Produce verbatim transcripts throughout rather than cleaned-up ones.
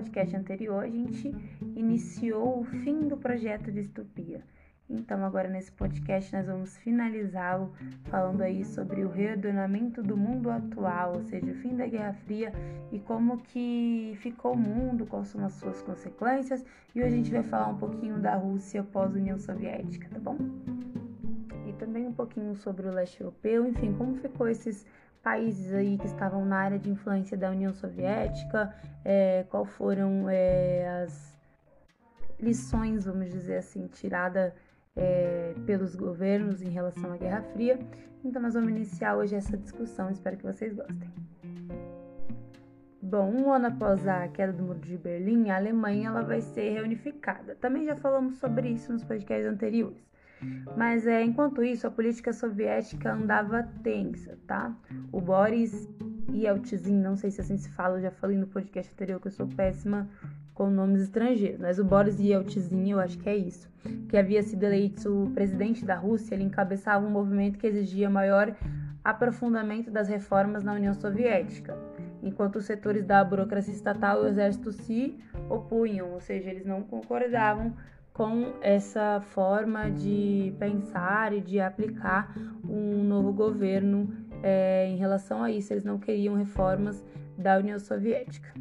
podcast anterior, a gente iniciou o fim do projeto Distopia. Então, agora nesse podcast, nós vamos finalizá-lo falando aí sobre o reordenamento do mundo atual, ou seja, o fim da Guerra Fria e como que ficou o mundo, quais são as suas consequências. E hoje a gente vai falar um pouquinho da Rússia pós-União Soviética, tá bom? E também um pouquinho sobre o leste europeu, enfim, como ficou esses países aí que estavam na área de influência da União Soviética, é, qual foram é, as lições, vamos dizer assim, tiradas é, pelos governos em relação à Guerra Fria. Então nós vamos iniciar hoje essa discussão, espero que vocês gostem. Bom, um ano após a queda do Muro de Berlim, a Alemanha ela vai ser reunificada. Também já falamos sobre isso nos podcasts anteriores. Mas é, enquanto isso, a política soviética andava tensa, tá? O Boris Yeltsin, não sei se assim se fala, eu já falei no podcast anterior que eu sou péssima com nomes estrangeiros, mas o Boris Yeltsin, eu acho que é isso, que havia sido eleito presidente da Rússia, ele encabeçava um movimento que exigia maior aprofundamento das reformas na União Soviética, enquanto os setores da burocracia estatal e o exército se opunham, ou seja, eles não concordavam com essa forma de pensar e de aplicar um novo governo é, em relação a isso. Eles não queriam reformas da União Soviética.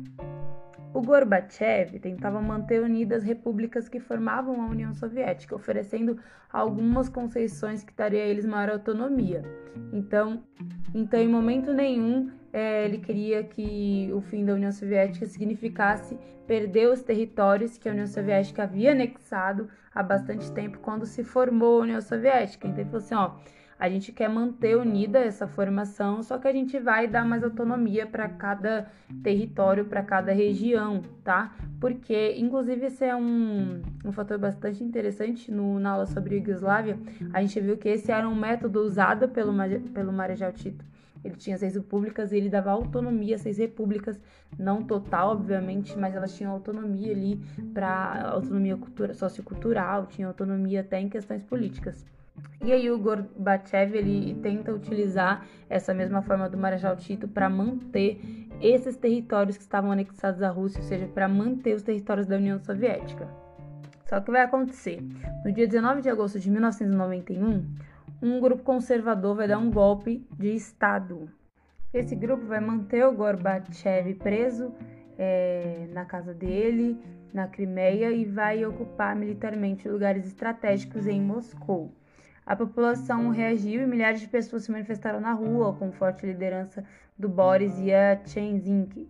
O Gorbachev tentava manter unidas as repúblicas que formavam a União Soviética, oferecendo algumas concessões que daria a eles maior autonomia. Então, então em momento nenhum, é, ele queria que o fim da União Soviética significasse perder os territórios que a União Soviética havia anexado há bastante tempo quando se formou a União Soviética. Então ele falou assim, ó, a gente quer manter unida essa formação, só que a gente vai dar mais autonomia para cada território, para cada região, tá? Porque, inclusive, esse é um, um fator bastante interessante no, na aula sobre Iugoslávia. A gente viu que esse era um método usado pelo, pelo Marechal Tito. Ele tinha seis repúblicas e ele dava autonomia a seis repúblicas, não total, obviamente, mas elas tinham autonomia ali para autonomia cultura, sociocultural, tinha autonomia até em questões políticas. E aí o Gorbachev ele tenta utilizar essa mesma forma do Marechal Tito para manter esses territórios que estavam anexados à Rússia, ou seja, para manter os territórios da União Soviética. Só que o que vai acontecer? No dia dezenove de agosto de mil novecentos e noventa e um, um grupo conservador vai dar um golpe de Estado. Esse grupo vai manter o Gorbachev preso é, na casa dele, na Crimeia, e vai ocupar militarmente lugares estratégicos em Moscou. A população reagiu e milhares de pessoas se manifestaram na rua com forte liderança do Boris Yeltsin.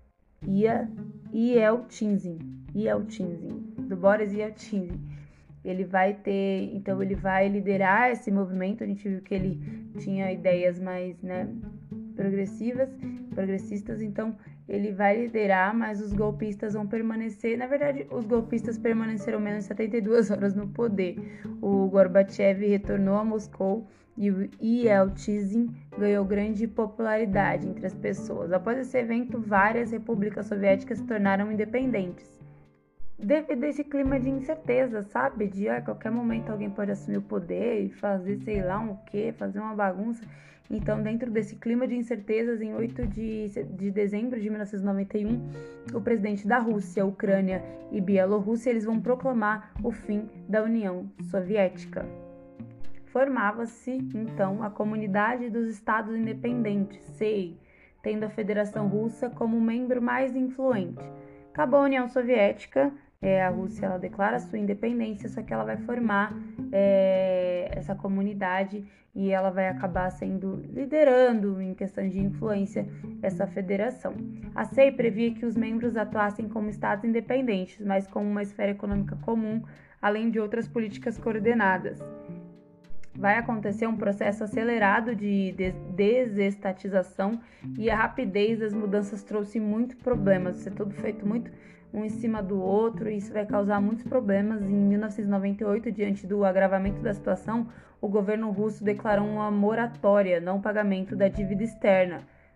Yeltsin, Yeltsin, do Boris Yeltsin. Ele vai ter, então ele vai liderar esse movimento. A gente viu que ele tinha ideias mais, né, progressivas, progressistas, então ele vai liderar, mas os golpistas vão permanecer, na verdade, os golpistas permaneceram menos de setenta e duas horas no poder. O Gorbachev retornou a Moscou e o Yeltsin ganhou grande popularidade entre as pessoas. Após esse evento, várias repúblicas soviéticas se tornaram independentes. Devido a esse clima de incerteza, sabe? De ah, a qualquer momento alguém pode assumir o poder e fazer sei lá o que, fazer uma bagunça. Então, dentro desse clima de incertezas, em oito de dezembro de mil novecentos e noventa e um, o presidente da Rússia, Ucrânia e Bielorrússia, eles vão proclamar o fim da União Soviética. Formava-se, então, a Comunidade dos Estados Independentes, C E I, tendo a Federação Russa como membro mais influente. Acabou a União Soviética, é, a Rússia ela declara sua independência, só que ela vai formar é, essa comunidade e ela vai acabar sendo, liderando em questão de influência essa federação. A C E I previa que os membros atuassem como estados independentes, mas com uma esfera econômica comum, além de outras políticas coordenadas. Vai acontecer um processo acelerado de desestatização e a rapidez das mudanças trouxe muitos problemas. Isso é tudo feito muito um em cima do outro e isso vai causar muitos problemas. Em mil novecentos e noventa e oito, diante do agravamento da situação, o governo russo declarou uma moratória, não pagamento da dívida externa.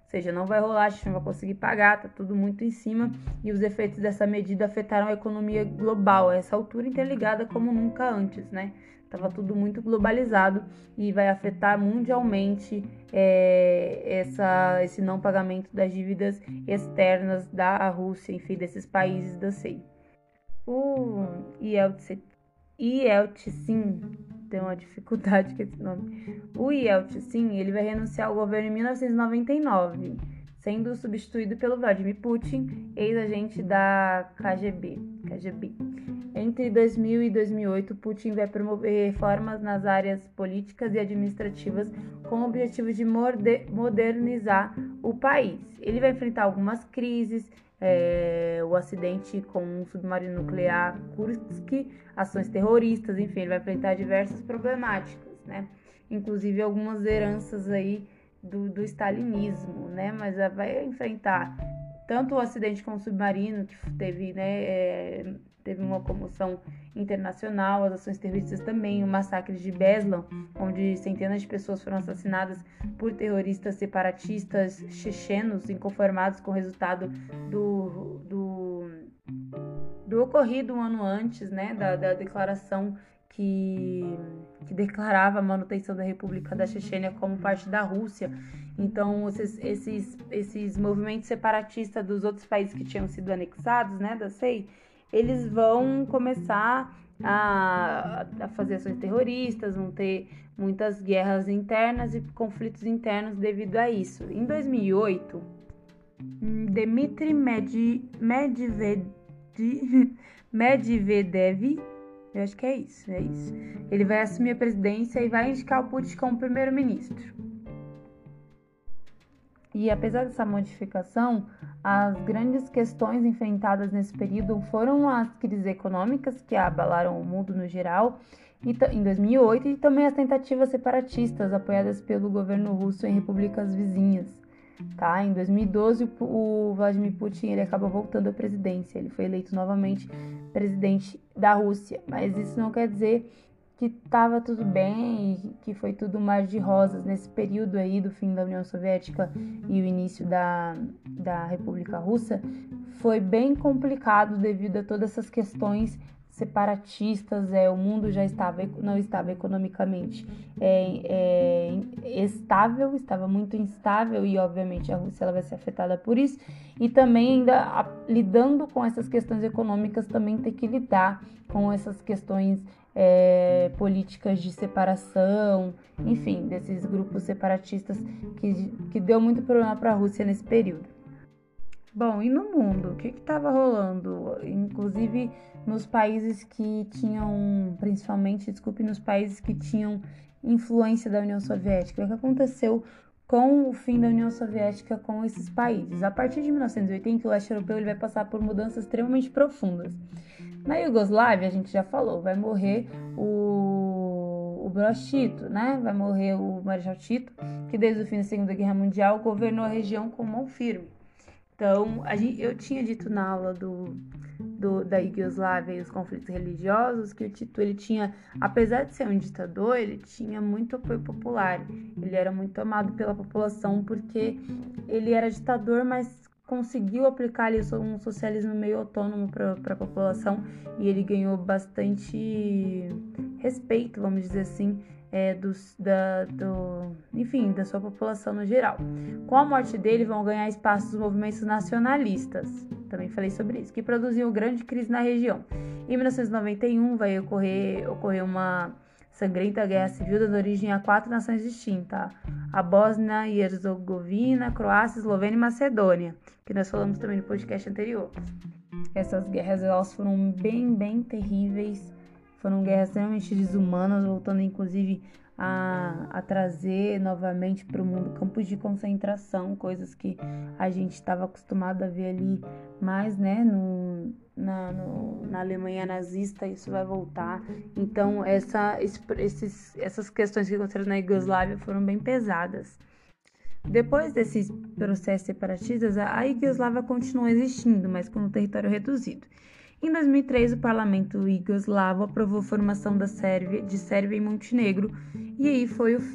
Ou seja, não vai rolar, a gente não vai conseguir pagar, tá tudo muito em cima, e os efeitos dessa medida afetaram a economia global, a essa altura interligada como nunca antes, né? Tava tudo muito globalizado e vai afetar mundialmente é, essa, esse não pagamento das dívidas externas da Rússia, enfim, desses países da C E I. O Yeltsin, Yeltsin, tem uma dificuldade com esse nome. O Yeltsin, ele vai renunciar ao governo em mil novecentos e noventa e nove, sendo substituído pelo Vladimir Putin, ex-agente da K G B. K G B. Entre dois mil e dois mil e oito, Putin vai promover reformas nas áreas políticas e administrativas com o objetivo de modernizar o país. Ele vai enfrentar algumas crises, é, o acidente com um submarino nuclear Kursk, ações terroristas, enfim, ele vai enfrentar diversas problemáticas, né? Inclusive algumas heranças aí do, do stalinismo, né? Mas vai enfrentar tanto o acidente com o submarino, que teve, né, é, teve uma comoção internacional, as ações terroristas também, o massacre de Beslan, onde centenas de pessoas foram assassinadas por terroristas separatistas chechenos, inconformados com o resultado do, do, do ocorrido um ano antes, né, da, da declaração que, que declarava a manutenção da República da Chechênia como parte da Rússia. Então, esses, esses, esses movimentos separatistas dos outros países que tinham sido anexados, né, da C E I, eles vão começar a, a fazer ações terroristas, vão ter muitas guerras internas e conflitos internos devido a isso. Em dois mil e oito, Dmitry Medvedev, Medvedev, eu acho que é isso, é isso. Ele vai assumir a presidência e vai indicar o Putin como primeiro-ministro. E apesar dessa modificação, as grandes questões enfrentadas nesse período foram as crises econômicas que abalaram o mundo no geral em dois mil e oito e também as tentativas separatistas apoiadas pelo governo russo em repúblicas vizinhas. Tá? Em dois mil e doze, o Vladimir Putin ele acaba voltando à presidência. Ele foi eleito novamente presidente da Rússia, mas isso não quer dizer que estava tudo bem, que foi tudo mar de rosas nesse período aí do fim da União Soviética e o início da, da República Russa. Foi bem complicado devido a todas essas questões separatistas, é, o mundo já estava, não estava economicamente é, é, estável, estava muito instável e obviamente a Rússia ela vai ser afetada por isso, e também ainda a, lidando com essas questões econômicas também tem que lidar com essas questões é, políticas de separação, enfim, desses grupos separatistas que, que deu muito problema para a Rússia nesse período. Bom, e no mundo, o que estava rolando? Inclusive nos países que tinham, principalmente, desculpe, nos países que tinham influência da União Soviética. O que aconteceu com o fim da União Soviética com esses países? A partir de mil novecentos e oitenta, o leste europeu ele vai passar por mudanças extremamente profundas. Na Iugoslávia, a gente já falou, vai morrer o, o Broz Tito, né? Vai morrer o Marechal Tito, que desde o fim da Segunda Guerra Mundial governou a região com mão firme. Então, a gente, eu tinha dito na aula do, do, da Iugoslávia e os conflitos religiosos que o Tito, ele tinha, apesar de ser um ditador, ele tinha muito apoio popular. Ele era muito amado pela população porque ele era ditador, mas conseguiu aplicar ali um socialismo meio autônomo para a população e ele ganhou bastante respeito, vamos dizer assim, É, dos, da, do, enfim, da sua população no geral. Com a morte dele, vão ganhar espaço os movimentos nacionalistas, também falei sobre isso, que produziam grande crise na região. Em mil novecentos e noventa e um, vai ocorrer, ocorrer uma sangrenta guerra civil dando origem a quatro nações distintas, a Bósnia e Herzegovina, Croácia, Eslovênia e Macedônia, que nós falamos também no podcast anterior. Essas guerras, elas foram bem, bem terríveis. Foram guerras extremamente desumanas, voltando inclusive a, a trazer novamente para o mundo campos de concentração, coisas que a gente estava acostumado a ver ali mais, né, no, na, no, na Alemanha nazista, isso vai voltar. Então, essa, esses, essas questões que aconteceram na Iugoslávia foram bem pesadas. Depois desses processos separatistas, a Iugoslávia continuou existindo, mas com um território reduzido. Em dois mil e três, o parlamento iugoslavo aprovou a formação da Sérvia, de Sérvia e Montenegro, e aí foi o fim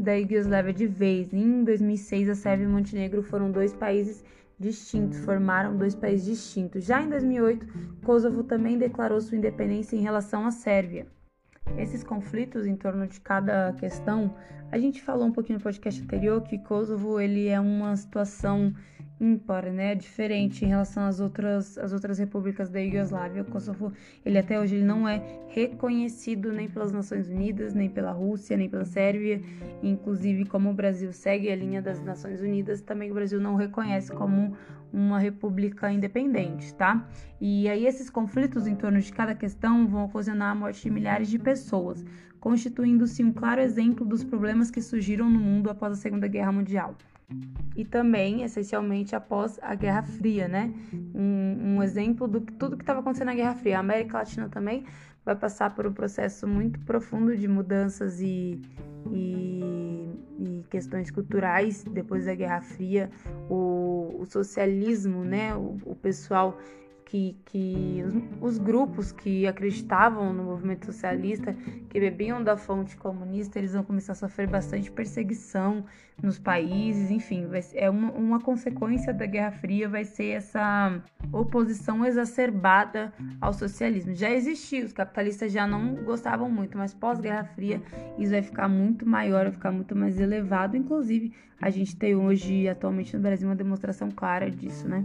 da Iugoslávia de vez. Em dois mil e seis, a Sérvia e o Montenegro foram dois países distintos, formaram dois países distintos. Já em dois mil e oito, Kosovo também declarou sua independência em relação à Sérvia. Esses conflitos em torno de cada questão, a gente falou um pouquinho no podcast anterior que Kosovo ele é uma situação ímpar, né, diferente em relação às outras, às outras repúblicas da Iugoslávia. O Kosovo, ele até hoje ele não é reconhecido nem pelas Nações Unidas, nem pela Rússia, nem pela Sérvia. Inclusive, como o Brasil segue a linha das Nações Unidas, também o Brasil não o reconhece como uma república independente, tá? E aí esses conflitos em torno de cada questão vão ocasionar a morte de milhares de pessoas, constituindo-se um claro exemplo dos problemas que surgiram no mundo após a Segunda Guerra Mundial. E também, essencialmente, após a Guerra Fria, né? Um, um exemplo do que tudo que estava acontecendo na Guerra Fria. A América Latina também vai passar por um processo muito profundo de mudanças e, e, e questões culturais depois da Guerra Fria. O, o socialismo, né? O, o pessoal que, que os, os grupos que acreditavam no movimento socialista, que bebiam da fonte comunista, eles vão começar a sofrer bastante perseguição nos países, enfim, vai ser, é uma, uma consequência da Guerra Fria, vai ser essa oposição exacerbada ao socialismo. Já existia, os capitalistas já não gostavam muito, mas pós-Guerra Fria isso vai ficar muito maior, vai ficar muito mais elevado. Inclusive, a gente tem hoje, atualmente no Brasil, uma demonstração clara disso, né?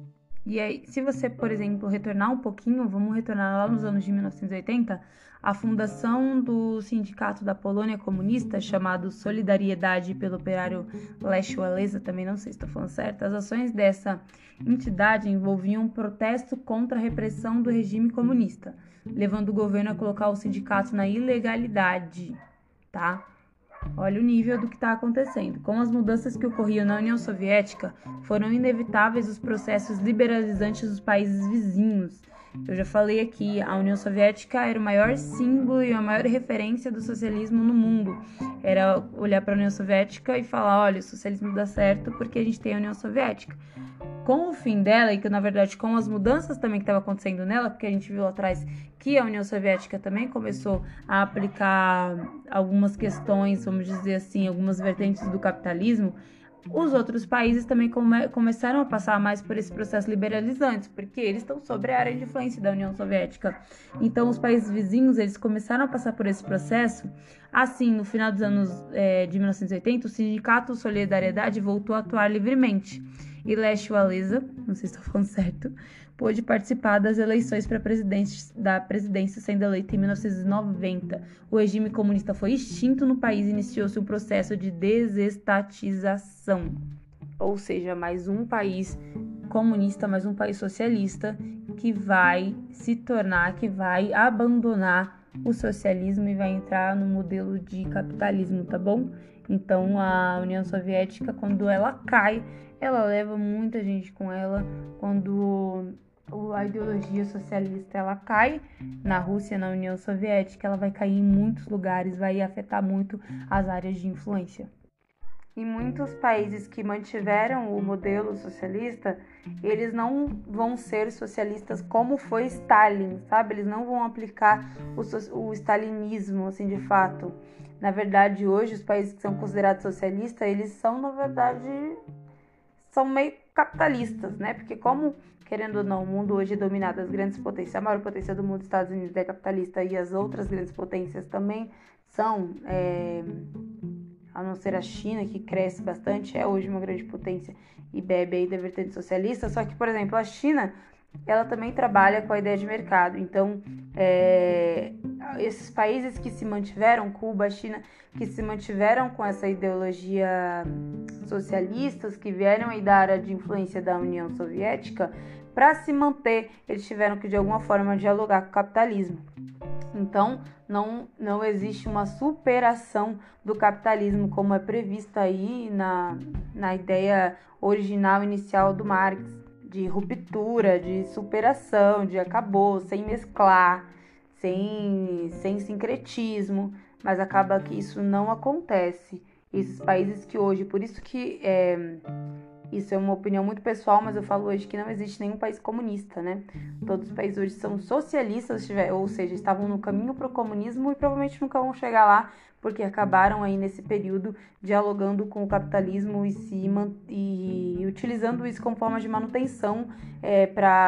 E aí, se você, por exemplo, retornar um pouquinho, vamos retornar lá nos anos de mil novecentos e oitenta, a fundação do Sindicato da Polônia Comunista, chamado Solidariedade pelo Operário Lech Wałęsa, também não sei se estou falando certo, as ações dessa entidade envolviam um protesto contra a repressão do regime comunista, levando o governo a colocar o sindicato na ilegalidade, tá? Olha o nível do que está acontecendo. Com as mudanças que ocorriam na União Soviética, foram inevitáveis os processos liberalizantes dos países vizinhos. Eu já falei aqui, a União Soviética era o maior símbolo e a maior referência do socialismo no mundo. Era olhar para a União Soviética e falar, olha, o socialismo dá certo porque a gente tem a União Soviética. Com o fim dela, e que na verdade com as mudanças também que estavam acontecendo nela, porque a gente viu lá atrás que a União Soviética também começou a aplicar algumas questões, vamos dizer assim, algumas vertentes do capitalismo, os outros países também come- começaram a passar mais por esse processo liberalizante, porque eles estão sob a área de influência da União Soviética. Então, os países vizinhos, eles começaram a passar por esse processo. Assim, no final dos anos é, de mil novecentos e oitenta, o Sindicato Solidariedade voltou a atuar livremente. E Lech Wałęsa, não sei se estou falando certo, pôde participar das eleições para presidente da presidência, sendo eleito em mil novecentos e noventa. O regime comunista foi extinto no país e iniciou-se um processo de desestatização. Ou seja, mais um país comunista, mais um país socialista que vai se tornar, que vai abandonar o socialismo e vai entrar no modelo de capitalismo, tá bom? Então, a União Soviética, quando ela cai, ela leva muita gente com ela. Quando a ideologia socialista ela cai na Rússia, na União Soviética, ela vai cair em muitos lugares, vai afetar muito as áreas de influência. Em muitos países que mantiveram o modelo socialista, eles não vão ser socialistas como foi Stalin, sabe? Eles não vão aplicar o, so- o stalinismo, assim, de fato. Na verdade, hoje, os países que são considerados socialistas, eles são, na verdade, são meio capitalistas, né? Porque como, querendo ou não, o mundo hoje é dominado das grandes potências, a maior potência do mundo, Estados Unidos, é capitalista, e as outras grandes potências também são, é, a não ser a China, que cresce bastante, é hoje uma grande potência e bebe aí da vertente socialista. Só que, por exemplo, a China, ela também trabalha com a ideia de mercado. Então, é, esses países que se mantiveram, Cuba, a China, que se mantiveram com essa ideologia socialistas, que vieram aí da área de influência da União Soviética, para se manter, eles tiveram que, de alguma forma, dialogar com o capitalismo. Então, não, não existe uma superação do capitalismo, como é prevista aí na, na ideia original, inicial do Marx, de ruptura, de superação, de acabou, sem mesclar, sem, sem sincretismo, mas acaba que isso não acontece. Esses países que hoje, por isso que é, Isso é uma opinião muito pessoal, mas eu falo hoje que não existe nenhum país comunista, né? Todos os países hoje são socialistas, ou seja, estavam no caminho para o comunismo e provavelmente nunca vão chegar lá, porque acabaram aí nesse período dialogando com o capitalismo e se e utilizando isso como forma de manutenção é,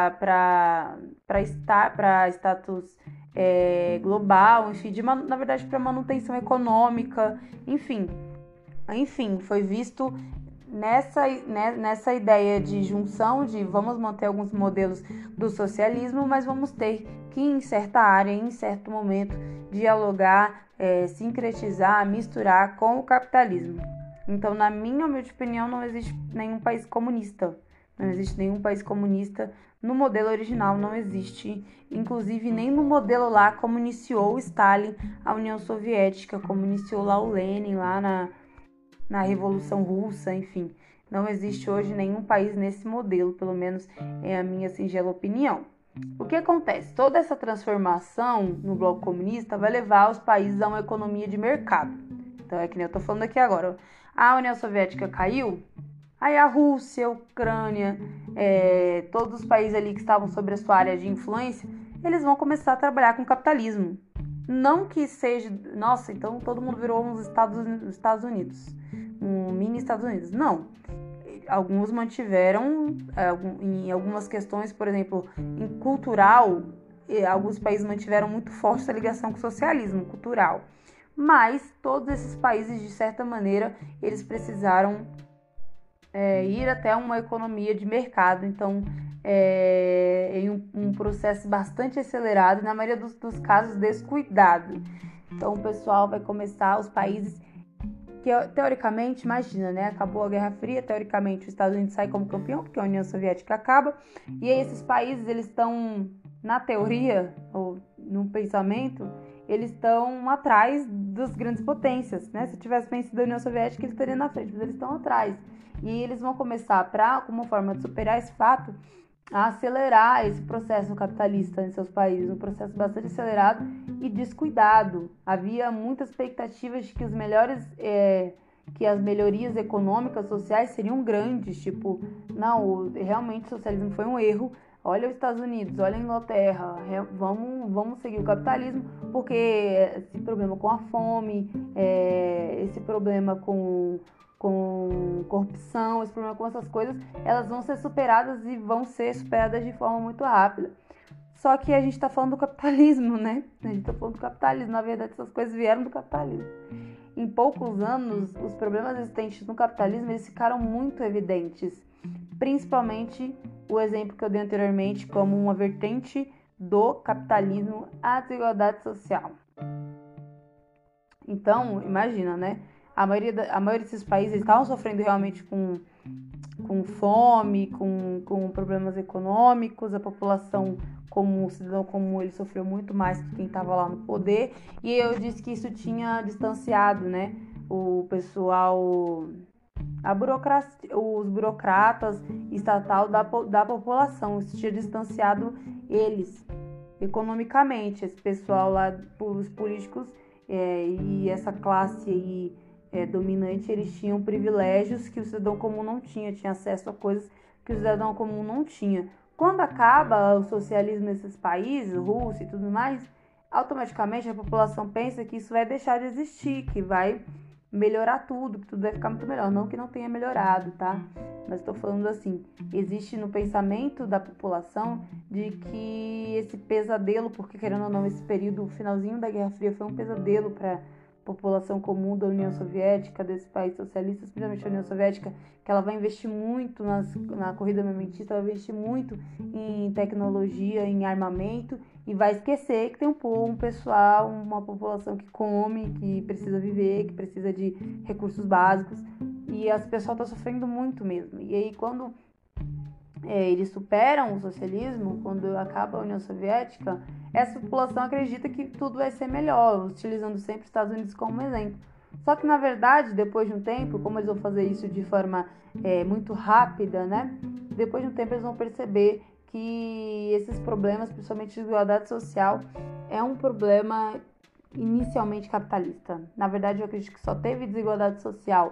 para estar para status é, global, enfim, de, na verdade para manutenção econômica, enfim, enfim, foi visto nessa, né, nessa ideia de junção de vamos manter alguns modelos do socialismo, mas vamos ter que em certa área, em certo momento, dialogar, é, sincretizar, misturar com o capitalismo. Então, na minha humilde opinião, não existe nenhum país comunista. Não existe nenhum país comunista. No modelo original não existe, inclusive nem no modelo lá como iniciou Stalin a União Soviética, como iniciou lá o Lenin, lá na, na Revolução Russa, enfim. Não existe hoje nenhum país nesse modelo, pelo menos é a minha singela opinião. O que acontece? Toda essa transformação no bloco comunista vai levar os países a uma economia de mercado. Então é que nem eu tô falando aqui agora. A União Soviética caiu, aí a Rússia, a Ucrânia, é, todos os países ali que estavam sobre a sua área de influência, eles vão começar a trabalhar com capitalismo. Não que seja, nossa, então todo mundo virou uns Estados, Estados Unidos, um mini Estados Unidos. Não. Alguns mantiveram, em algumas questões, por exemplo, em cultural, alguns países mantiveram muito forte essa ligação com o socialismo cultural. Mas todos esses países, de certa maneira, eles precisaram é, ir até uma economia de mercado. Então, é, em um, um processo bastante acelerado e, na maioria dos, dos casos, descuidado. Então, o pessoal vai começar, os países que, teoricamente, imagina, né? Acabou a Guerra Fria, teoricamente, os Estados Unidos sai como campeão, porque a União Soviética acaba. E aí, esses países, eles estão, na teoria, ou no pensamento, eles estão atrás das grandes potências, né? Se tivesse vencido a União Soviética, eles estariam na frente, mas eles estão atrás. E eles vão começar, pra, como forma de superar esse fato, a acelerar esse processo capitalista em seus países, um processo bastante acelerado e descuidado. Havia muitas expectativas de que os melhores, é, que as melhorias econômicas, sociais seriam grandes, tipo, não, realmente o socialismo foi um erro. Olha os Estados Unidos, olha a Inglaterra, vamos, vamos seguir o capitalismo, porque esse problema com a fome, é, esse problema com, com corrupção, esse problema com essas coisas, elas vão ser superadas e vão ser superadas de forma muito rápida. Só que a gente está falando do capitalismo, né? A gente está falando do capitalismo, na verdade essas coisas vieram do capitalismo. Em poucos anos, os problemas existentes no capitalismo, eles ficaram muito evidentes, principalmente o exemplo que eu dei anteriormente como uma vertente do capitalismo, a desigualdade social. Então, imagina, né? A maioria, da, a maioria desses países estavam sofrendo realmente com, com fome, com, com problemas econômicos, a população como o cidadão comum, ele sofreu muito mais que quem estava lá no poder, e eu disse que isso tinha distanciado, né, o pessoal... A burocracia, os burocratas estatal da, da população, isso tinha distanciado eles economicamente, esse pessoal lá, os políticos é, e essa classe aí, é, dominante, eles tinham privilégios que o cidadão comum não tinha, tinha acesso a coisas que o cidadão comum não tinha. Quando acaba o socialismo nesses países, Rússia e tudo mais, automaticamente a população pensa que isso vai deixar de existir, que vai melhorar tudo, que tudo vai ficar muito melhor. Não que não tenha melhorado, tá? Mas estou falando assim, existe no pensamento da população de que esse pesadelo, porque querendo ou não, esse período, o finalzinho da Guerra Fria foi um pesadelo para a população comum da União Soviética, desse país socialista, principalmente a União Soviética, que ela vai investir muito nas, na corrida armamentista, vai investir muito em tecnologia, em armamento, e vai esquecer que tem um povo, um pessoal, uma população que come, que precisa viver, que precisa de recursos básicos. E as pessoas estão sofrendo muito mesmo. E aí, quando é, eles superam o socialismo, quando acaba a União Soviética, essa população acredita que tudo vai ser melhor, utilizando sempre os Estados Unidos como exemplo. Só que, na verdade, depois de um tempo, como eles vão fazer isso de forma é, muito rápida, né? Depois de um tempo, eles vão perceber que esses problemas, principalmente de desigualdade social, é um problema inicialmente capitalista. Na verdade, eu acredito que só teve desigualdade social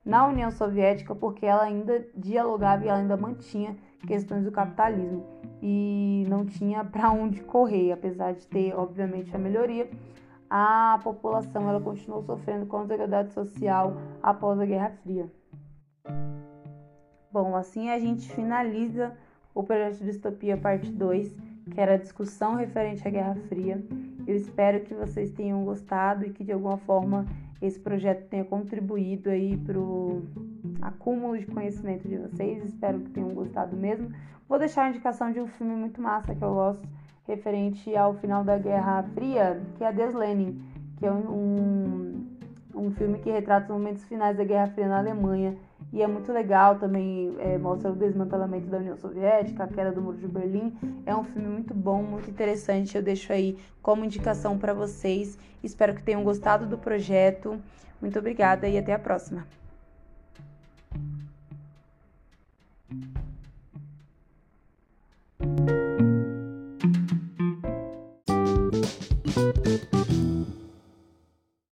na União Soviética, porque ela ainda dialogava e ela ainda mantinha questões do capitalismo e não tinha para onde correr, apesar de ter, obviamente, a melhoria. A população ela continuou sofrendo com a desigualdade social após a Guerra Fria. Bom, assim a gente finaliza o projeto Distopia parte dois, que era a discussão referente à Guerra Fria. Eu espero que vocês tenham gostado e que de alguma forma esse projeto tenha contribuído aí para o acúmulo de conhecimento de vocês. Espero que tenham gostado mesmo. Vou deixar a indicação de um filme muito massa que eu gosto, referente ao final da Guerra Fria, que é Deus Lenin, que é um, um filme que retrata os momentos finais da Guerra Fria na Alemanha. E é muito legal também, é, mostra o desmantelamento da União Soviética, a queda do Muro de Berlim. É um filme muito bom, muito interessante. Eu deixo aí como indicação para vocês. Espero que tenham gostado do projeto. Muito obrigada e até a próxima. Thank you.